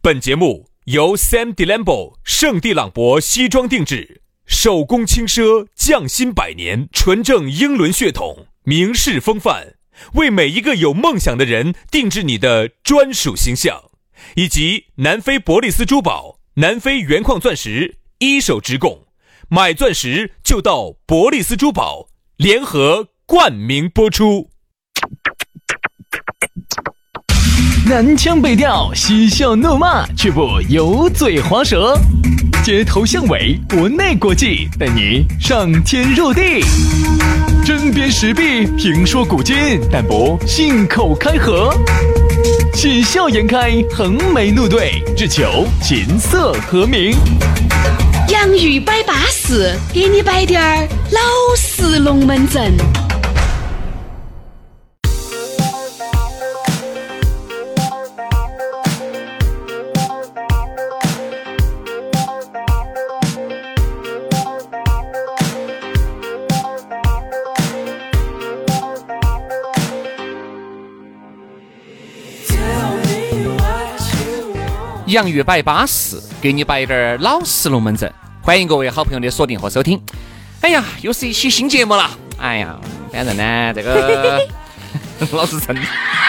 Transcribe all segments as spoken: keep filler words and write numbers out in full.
本节目由 Sam Delambo 圣地朗博西装定制，手工轻奢，匠心百年，纯正英伦血统，名士风范，为每一个有梦想的人定制你的专属形象。以及南非伯利斯珠宝、南非原矿钻石一手直供，买钻石就到伯利斯珠宝，联合冠名播出。 南腔北调，嬉笑怒骂，却不油嘴滑舌，街头巷尾，国内国际，带你上天入地，针砭时弊，评说古今，但不信口开河，喜笑颜开，横眉怒对，只求琴瑟和鸣。 洋芋摆巴士，给你摆点儿老式龙门阵。 洋芋摆巴士，给你摆一点老实龙门阵。欢迎各位好朋友的锁定和收听。哎呀，又是一期新节目了。哎呀，反正呢，这个老是真的。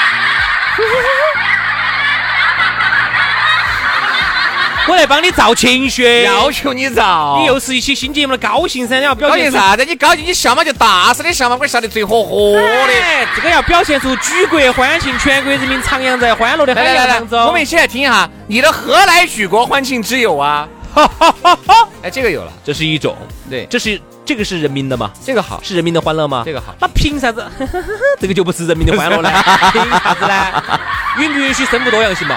我来帮你造情绪， 要求你造。 你又是一期新节目的高兴噻，你要表高现兴啥子？你高兴，你笑嘛就大声的笑嘛，我笑得最火火的。 哎，这个要表现出举国欢庆，全国人民徜徉在欢乐的海洋当中。 我们一起来听一下，你的何来举国欢庆之有啊？哎，这个有了， 这是一种， 对， 这是这个是人民的吗？ 这个好， 是人民的欢乐吗？ 这个好， 那凭啥子？这个就不是人民的欢乐呢？凭啥子呢？允不允许生物多样性嘛？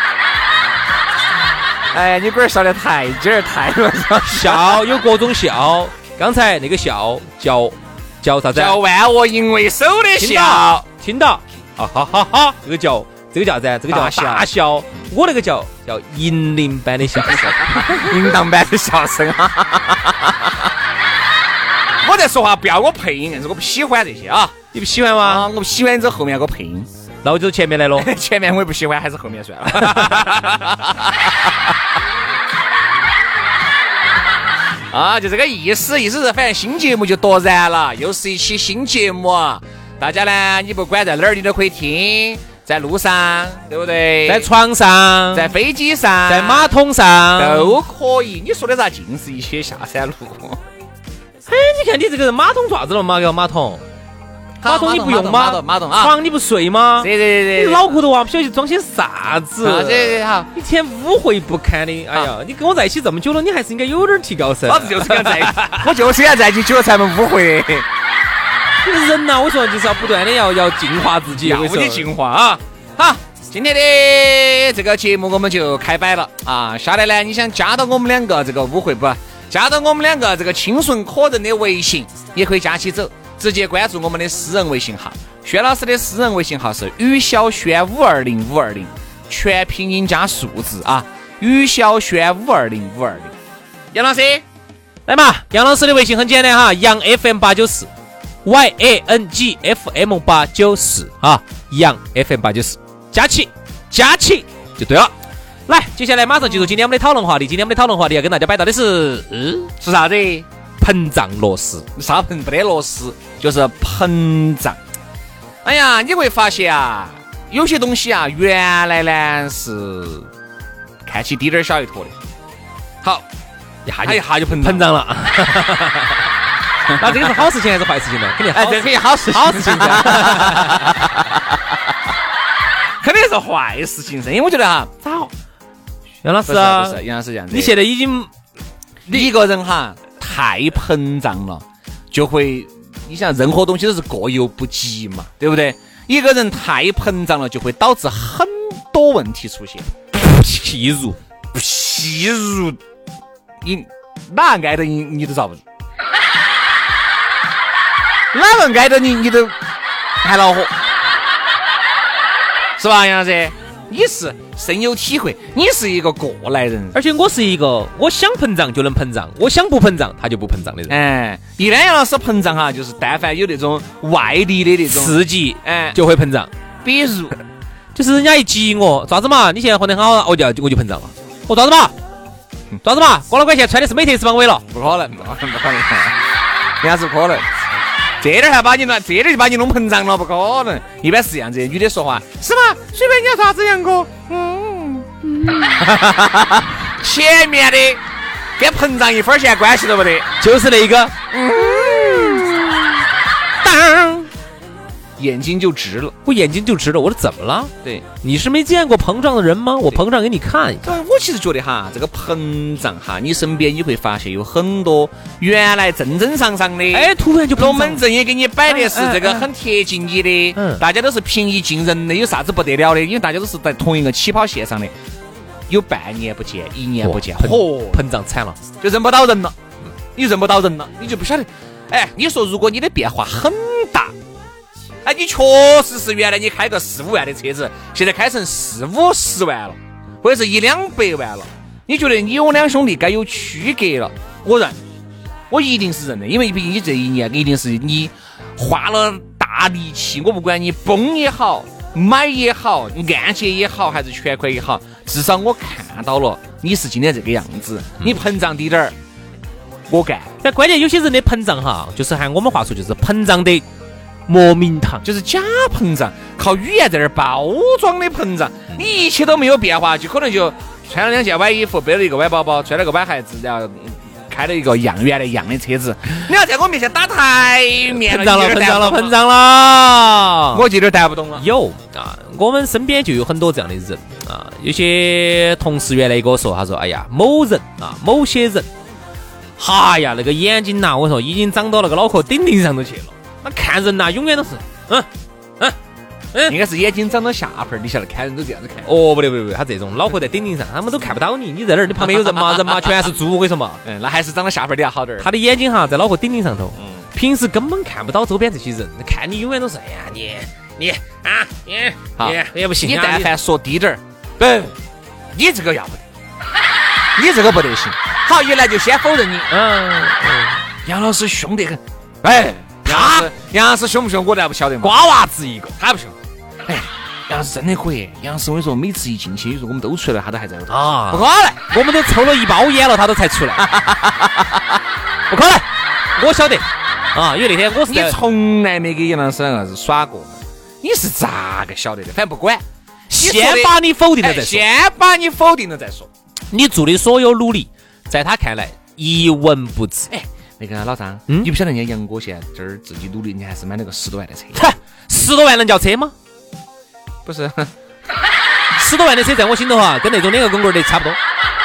哎，你龟儿笑得太劲儿太了， 笑有各种笑。刚才那个笑叫叫啥子？ 叫万恶淫为首的笑。 听到啊哈哈哈！这个叫这个叫啥？这个叫大笑。我那个叫叫银铃般的笑声， 铃铛般的笑声。我在说话不要我配音，但是我不喜欢这些啊。 你不喜欢吗？ 啊，我不喜欢这后面给我配音。 那我就前面来了。 前面我也不喜欢，还是后面算了。啊，就这个意思，意思是反正新节目就多燃了，又是一期新节目，大家呢，你不管在哪儿你都可以听，在路上，对不对？ 在床上， 在飞机上， 在马桶上都可以。你说的咋尽是一些下山路？ 哎，你看你这个人马桶爪子了吗？叫马桶。马桶你不用吗？ 马桶马桶啊！ 床你不睡吗？ 对对对， 你脑壳头啊，不晓得装些啥子？ 对对好， 一天污秽不堪的。哎呀，你跟我在一起这么久了，你还是应该有点提高噻。 老子就是想在一起，我就是想在一起久了才能污秽。 这个人呐，我说就是要不断的要要净化自己， 要的净化啊！好，今天的这个节目我们就开摆了啊！下来呢，你想加到我们两个这个污秽不？加到我们两个这个清纯可人的微信，也可以加起走。直接关注我们的私人微信号，轩老师的私人微信号是于小轩五二零五二零，全拼音加数字啊，于小轩五二零五二零。杨老师， 来嘛，杨老师的微信很简单哈，杨 F M 八九四 Y A N G F M 八九四啊，杨 F M 八九四，加起加起就对了。来，接下来马上进入今天我们的讨论话题。今天我们的讨论话题要跟大家摆到的是， 嗯、是啥子？ 膨胀螺丝。 啥膨不得螺丝，就是膨胀。哎呀，你会发现啊，有些东西啊，原来呢是看起滴点小一坨的，好，一下就一下就膨膨胀了。那这个是好事情还是坏事情呢？肯定好， 哎，这肯定好事情， 好事情。 肯定是坏事情噻，因为我觉得哈，咋？ 杨老师啊， 不是杨老师这样子， 你现在已经一个人哈。太膨胀了，就会，你想任何东西都是过犹不及嘛，对不对？一个人太膨胀了，就会导致很多问题出现。 譬如， 譬如，你哪挨着你，你都遭不住；哪个挨着你，你都还恼火，是吧，杨老师？你是深有体会，你是一个过来人， 而且我是一个我想膨胀就能膨胀，我想不膨胀他就不膨胀的人。 哎，一般杨老师膨胀哈，就是但凡有那种外力的那种刺激， 哎， 就会膨胀。 比如就是人家一激我，咋子嘛？你现在混得很好，我就我就膨胀了。我咋子嘛？咋子嘛？郭老倌现在穿的是美特斯邦威了， 不可能，不可能，不可能，人家是不可能。这点还把你弄，这点就把你弄膨胀了，不可能。一般是这样子，女的说话是吗？随便你要啥子杨哥，嗯，前面的跟膨胀一分钱关系都不得， 就是那个，嗯，当。 眼睛就直了， 我眼睛就直了，我说怎么了？ 对， 你是没见过膨胀的人吗？我膨胀给你看一看。 对，我其实觉得哈，这个膨胀哈，你身边你会发现有很多原来正正常常的， 哎，突然就龙门阵也给你摆的是这个很贴近你的， 嗯， 大家都是平易近人的，有啥子不得了的？因为大家都是在同一个起跑线上的，有半年不见，一年不见， 嚯，膨胀惨了， 就认不到人了，你认不到人了，你就不晓得。哎，你说如果你的变化很大。哎，你确实是原来你开个四五万的车子，现在开成四五十万了，或者是一两百万了。你觉得你我两兄弟该有区隔了？我认，我一定是认的，因为毕竟你这一年一定是你花了大力气，我不管你崩也好，买也好，按揭也好，还是全款也好，至少我看到了你是今天这个样子，你膨胀低点儿，我干。 但关键有些人的膨胀哈，就是按我们话说就是膨胀的。莫名堂就是假膨胀，靠语言在这儿包装的膨胀，你一切都没有变化，就可能就穿了两件歪衣服，背了一个歪包包，穿了个歪鞋子，然后开了一个样原来样的车子。你要在我面前打台面了， 膨胀了，膨胀了，膨胀了， 我有点带不动了。 有啊，我们身边就有很多这样的人啊，有些同事原来跟我说，他说：“哎呀，某人啊，某些人，哈呀，那个眼睛呐、啊，我说已经长到那个脑壳顶顶上头去了。”那看人呐、啊，永远都是，嗯嗯嗯，应该是眼睛长到下盘，你晓得看人都这样子看。 哦，不对不对不对，他这种脑壳在顶顶上，他们都看不到你，你在那儿，你旁边有人吗？人吗？全是猪，我跟你说嘛。 嗯，那还是长到下盘比较好点儿。 他的眼睛哈在脑壳顶顶上头，嗯，平时根本看不到周边这些人，看你永远都是，哎呀你你啊你好你也不行， 你但凡说低点儿，不，你这个要不得，你这个不得行。好，一来就先否认你， 嗯嗯， 杨老师凶得很，哎。他杨老师凶不凶？我都还不晓得嘛。 瓜娃子一个， 他不凶。哎，杨老师真的可以。杨老师，我跟你说，每次一进去，有时候我们都出来了，他都还在后头。 啊， 不可能， 我们都抽了一包烟了，他都才出来。不可能，我晓得啊，因为那天我是你从来没给杨老师两个字耍过，你是咋个晓得的？反正不管， 先把你否定了再说。 哎、先把你否定了再说。 你做的所有努力，在他看来一文不值。 哎。那个老张， 嗯， 你不晓得人家杨哥现在这儿自己努力，你还是买了个十多万的车。 十多万能叫车吗？ 不是， 十多万的车在我心头哈，跟那种两个公棍的差不多。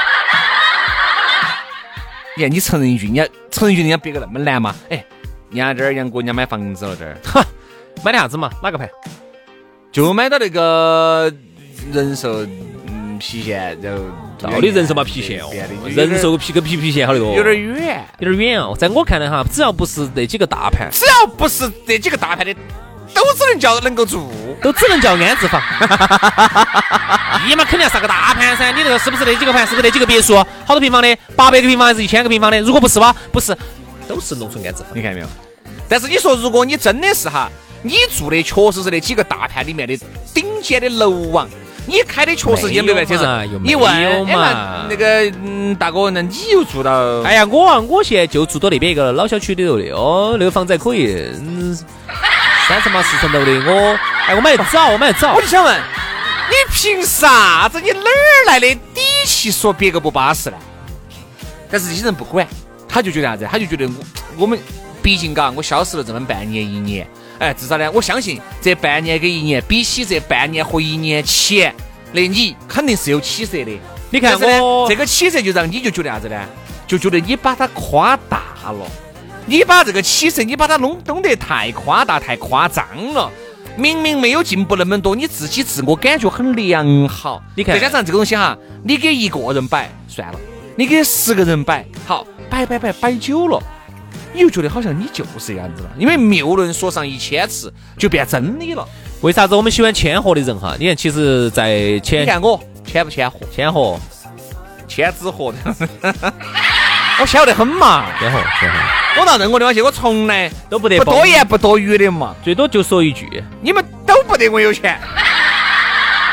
你看，你承认一句，人家承认一句，人家别个那么难吗？哎，人家这儿杨哥，人家买房子了这儿， 哈，买的啥子嘛？哪个牌？ 就买到那个人寿。皮线，然后到底人寿嘛皮线哦，人寿皮跟皮皮线好那个， 有点远， 有点远哦。在我看来哈，只要不是那几个大盘， 只要不是这几个大盘的，都只能叫能够住， 都只能叫安置房。你嘛肯定要上个大盘噻，你那个是不是那几个盘？是不是那几个别墅？好多平方的，八百个平方还是一千个平方的？如果不是吧，不是，都是农村安置房。 你看没有？但是你说，如果你真的是哈，你住的确实是那几个大盘里面的顶尖的楼王。你开的确实也没办车子，你问哎那那个嗯大哥，那你又住到？ 哎呀，我啊，我现在就住到那边一个老小区里头的哦，那个房子还可以，嗯，三层嘛四层楼的。我哎，我买得早，我买得早。 我就想问，你凭啥子？你哪儿来的底气说别个不巴适呢？但是这些人不管，他就觉得啥子？他就觉得我我们毕竟嘎，我消失了这么半年一年。哎，至少呢，我相信这半年跟一年比起这半年和一年前，那你肯定是有起色的。 你看我这个起色就让你就觉得啥子呢？就觉得你把它夸大了，你把这个起色，你把它弄弄得太夸大、太夸张了。明明没有进步那么多，你自己自我感觉很良好。 你看， 再加上这个东西哈，你给一个人摆算了，你给十个人摆，好摆摆摆摆久了。你又觉得好像你就是这样子了，因为谬论说上一千次就变真理了。 为啥子我们喜欢谦和的人哈？你看，其实，在谦， 你看我谦不谦和？ 谦和， 谦子和的，我谦得很嘛。 谦和，谦和。 我到任何地方去，我从来都不得不多言不多语的嘛， 最多就说一句： 你们都不得我有钱。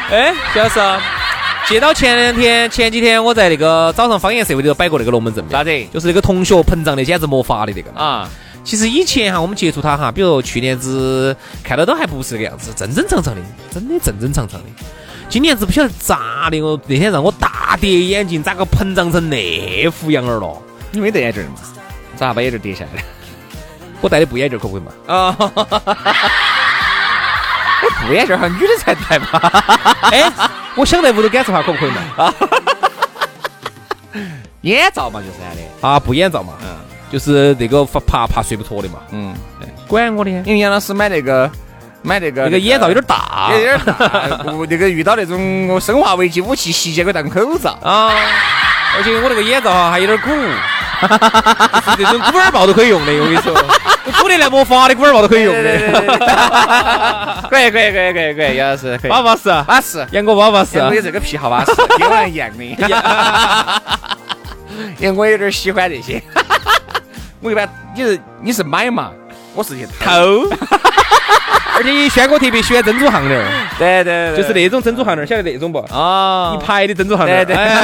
哎，徐老师，接到前两天、前几天我在那个早上方言社会里头摆过那个龙门阵， 啥子？ 就是那个同学膨胀的简直没法的那个啊。 其实以前哈，我们接触他哈，比如去年子看到都还不是这个样子，正正常常的，真的正正常常的。今年子不晓得咋的，我那天让我大跌眼镜，咋个膨胀成那副样儿了？ 你没戴眼镜嘛？咋把眼镜跌下来的？ 我戴的布眼镜可不可以嘛？ 啊，布眼镜好像女的才戴吧？ 哎，我想在屋头感受下可不可以嘛？啊， 眼罩嘛就是的啊，布眼罩嘛，嗯，就是那个怕怕睡不着的嘛， 嗯， 管我的， 因为杨老师买那个。买那个那个眼罩有点大， 有点大。不，那个遇到那种生化危机武器袭击，给我戴口罩啊！而且我那个眼罩哈还有点鼓，是那种古尔豹都可以用的。我跟你说，古力来魔法的古尔豹都可以用的。 可以可以可以可以可以，杨老师可以。 巴巴适巴适， 杨哥巴巴适。 我有这个癖好巴适，跟我一样的。因为我有点喜欢这些。我一般你是你是买嘛，我是去偷。 而且轩哥特别喜欢珍珠项链， 对对， 就是那种珍珠项链，晓得那种不？ 啊， 一排的珍珠项链。 对对。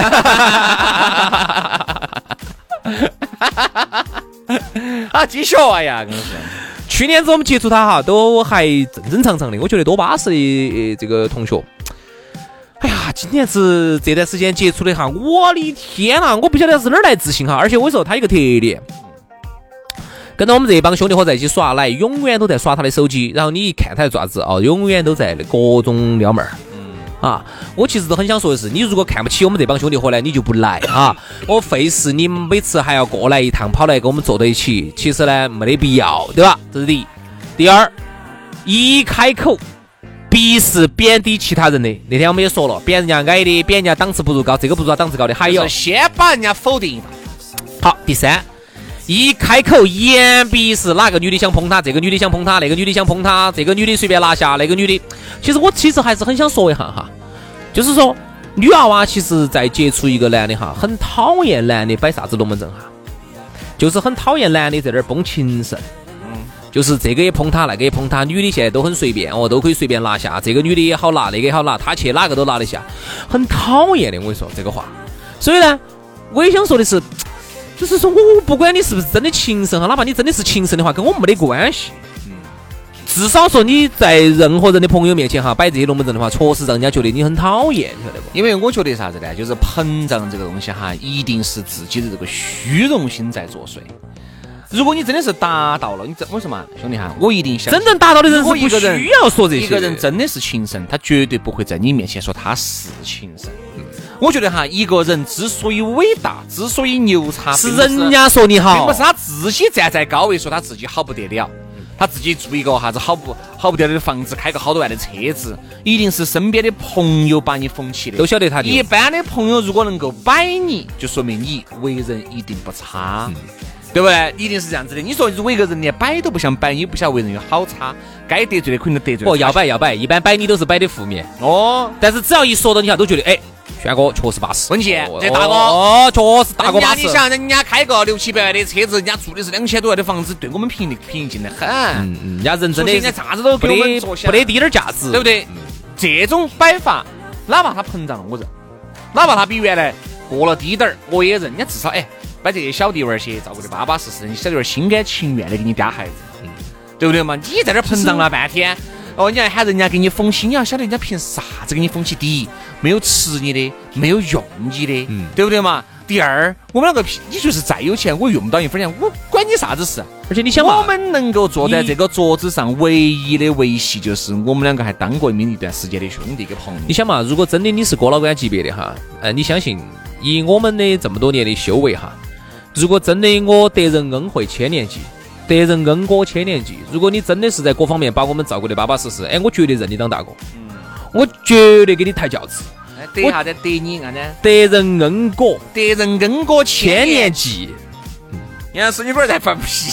啊，继续啊呀，真是。 去年子我们接触他哈，都还正正常常的，我觉得多巴适的这个同学。哎呀，今年子这段时间接触的哈，我的天啊，我不晓得是哪儿来自信哈，而且我跟你说他有个特点。跟着我们这帮兄弟伙在一起耍，来永远都在耍他的手机，然后你一看他是爪子哦，永远都在各种撩妹儿。嗯啊，我其实都很想说的是，你如果看不起我们这帮兄弟伙呢，你就不来啊！我费事你每次还要过来一趟，跑来跟我们坐在一起，其实呢没得必要，对吧？这是第一。第二，一开口必是贬低其他人的。那天我们也说了，贬人家矮的，贬人家档次不如高，这个不如他档次高的，还有先把人家否定一把。 好，第三。一开口言必是哪个女的想碰他，这个女的想碰他，那个女的想碰他，这个女的随便拿下，那个女的。其实我其实还是很想说一下哈，就是说女娃娃其实在接触一个男的哈，很讨厌男的摆啥子龙门阵哈，就是很讨厌男的在这儿崩情深。嗯，就是这个也碰他，那个也碰他，女的现在都很随便哦，都可以随便拿下，这个女的也好拿，那个也好拿，他去哪个都拿得下，很讨厌的。我跟你说这个话，所以呢，我也想说的是。就是说我不管你是不是真的情深哈，哪怕你真的是情深的话，跟我没得关系。嗯，至少说你在任何人的朋友面前哈摆这些龙门阵的话，确实让人家觉得你很讨厌，晓得不？ 因为我觉得啥子呢？就是膨胀这个东西哈，一定是自己的这个虚荣心在作祟。如果你真的是达到了，你这为什么兄弟哈？我一定相信真正达到的人是不一个人需要说这些。 一个人真的是情深，他绝对不会在你面前说他是情深。嗯，我觉得哈，一个人之所以伟大，之所以牛叉， 是人家说你好， 并不是他自己站在高位说他自己好不得了，他自己住一个啥子好不好不得了的房子，开个好多万的车子，一定是身边的朋友把你捧起的， 都晓得他。 一般的朋友如果能够摆你，就说明你为人一定不差。嗯，对不对？一定是这样子的。你说如果一个人连摆都不想摆，你不晓得为人有好差，该得罪的可能得罪。 哦，要摆要摆，一般摆你都是摆的负面哦。 但是只要一说到你哈，都觉得哎，轩哥确实巴适。 文杰，这大哥哦，确实大哥巴适。 你想，人家开个六七百万的车子，人家住的是两千多万的房子，对我们平平静的很。 嗯嗯，人家人真的， 人家啥子都给我们做， 不得低点价值， 对不对？嗯、这种摆法，哪怕他膨胀了，我认；哪怕他比原来过了低点儿，我也认。人家至少哎。把这些小弟娃儿些照顾的巴巴适适，你小弟娃儿心甘情愿的给你嗲孩子，嗯，对不对嘛？你在这膨胀了半天，哦，你要喊人家给你封起，你要晓得人家凭啥子给你封起？第一，没有吃你的，没有用你的，嗯，对不对嘛？第二，我们两个你就是再有钱，我用不到一分钱，我管你啥子事？ 而且你想嘛， 我们能够坐在这个桌子上，唯一的维系就是我们两个还当过一名一段时间的兄弟跟朋友。 你想嘛，如果真的你是郭老倌级别的哈，呃，你相信以我们的这么多年的修为哈。如果真的我得人恩惠千年记，得人恩果千年记，如果你真的是在各方面把我们照顾得巴巴适适，哎，我绝对认你当大哥，嗯、我绝对给你抬轿子。 得啥子？得你啥子？ 得人恩果， 得人恩果千年记。 杨老师，你不是在放屁？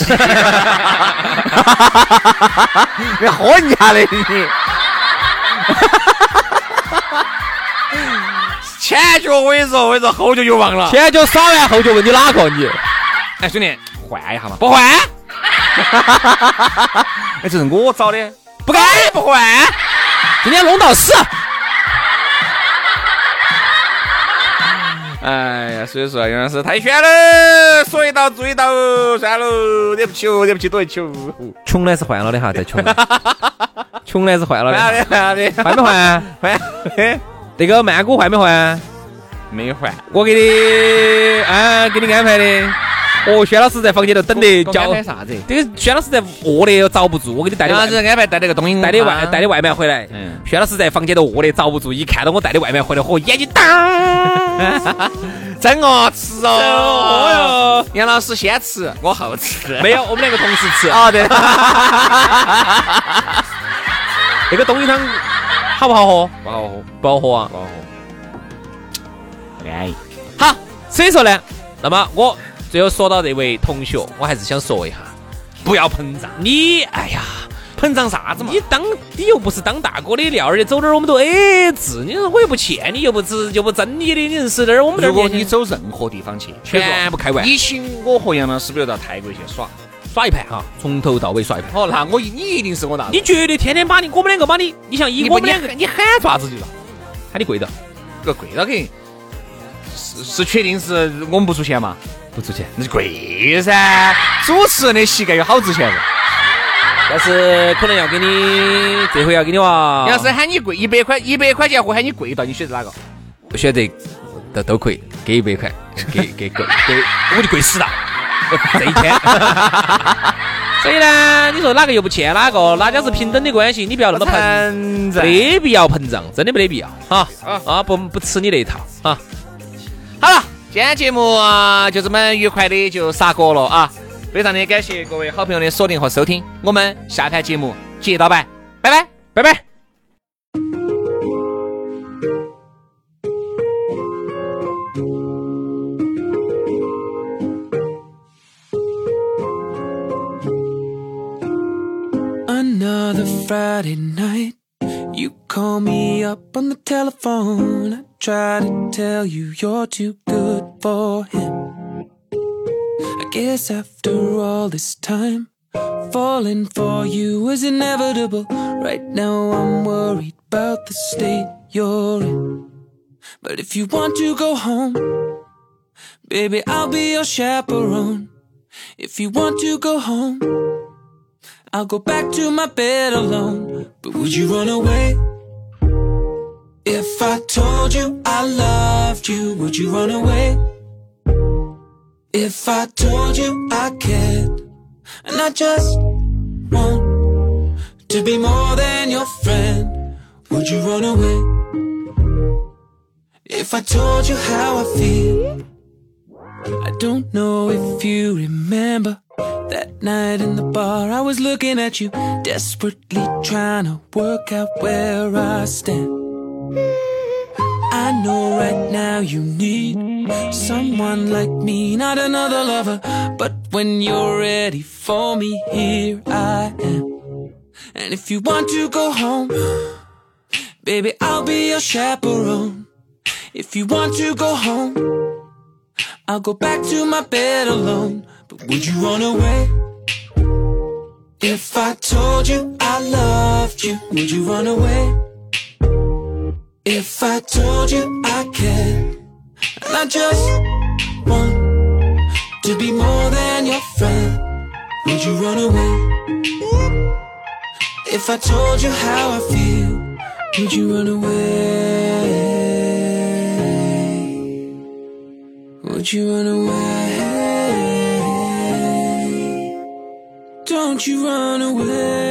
你喝人家的你。前脚我跟你说，我跟你说，后脚就忘了。 前脚耍完后脚问你哪个你？ 哎，兄弟，换一下嘛，不换。哎，这是我找的， 不该不换。今天弄到死。 哎呀，所以说杨老师太悬了，说一道做一道，算了，惹不起哦，惹不起多一起哦。 穷呢是换了的哈，再穷，穷呢是换了的， 换的换的， 换没换？ 换。 那个曼谷换没换？ 没换， 我给你啊，给你安排的。哦，轩老师在房间头等得叫安排啥子？ 这个轩老师在饿的遭不住，我给你带的啥子安排带那个东西， 带的外带的外卖回来。嗯，轩老师在房间头饿的遭不住，一看到我带的外卖回来，嚯，眼睛当， 真哦吃哦。 哦哟， 杨老师先吃，我后吃。 没有，我们两个同时吃。 哦，对。 那个冬阴汤好不好喝？ 不好喝， 不好喝啊， 不好喝。 安逸。好，所以说呢，那么我最后说到这位同学，我还是想说一下， 不要膨胀。 你哎呀， 膨胀啥子嘛？ 你当你又不是当大哥的料，而且走哪儿我们都 A 字，你说我又不欠你，又不值又不争你的，你认识点儿我们这儿。 如果你走任何地方去， 全部开完。 你请我和杨老师，比如到泰国去耍， 耍一盘哈，从头到尾耍一盘。 哦，那我你一定是我大哥。 你绝对天天把你我们两个把你，你像以我们两个， 你喊爪子去了， 喊你跪着， 这个跪到给。是是确定是我们不出钱吗？ 不出钱， 那就贵噻。主持人的膝盖有好值钱的， 但是可能要给你这回要给你哇。 要是喊你跪一百块，一百块钱或喊你跪到，你选择哪个？ 我选择都都可以，给一百块，给给给给，我就跪死了这一天。所以呢，你说哪个又不欠哪个，大家是平等的关系，你不要那么膨胀，没必要膨胀，真的没得必要哈啊！不不吃你那一套啊！ 好了，今天节目啊就这么愉快的就杀过了啊！非常的感谢各位好朋友的锁定和收听，我们下盘节目接到拜，拜拜拜拜。 Another Friday night, you call me up on the telephone. I try to tell you you're too good for him. I guess after all this time, falling for you was inevitable. Right now I'm worried about the state you're in. But if you want to go home, baby, I'll be your chaperone. If you want to go home, I'll go back to my bed alone. But would you run away? If I told you I loved you, would you run away? If I told you I cared, and I just want to be more than your friend, would you run away? If I told you how I feel, I don't know if you remember that night in the bar, I was looking at you, desperately trying to work out where I stand. I know right now you need someone like me, not another lover. But when you're ready for me, here I am. And if you want to go home, baby, I'll be your chaperone. If you want to go home, I'll go back to my bed alone. But would you run away? If I told you I loved you, would you run away? If I told you I cared, and I just want to be more than your friend, would you run away? If I told you how I feel, would you run away? Would you run away? Don't you run away.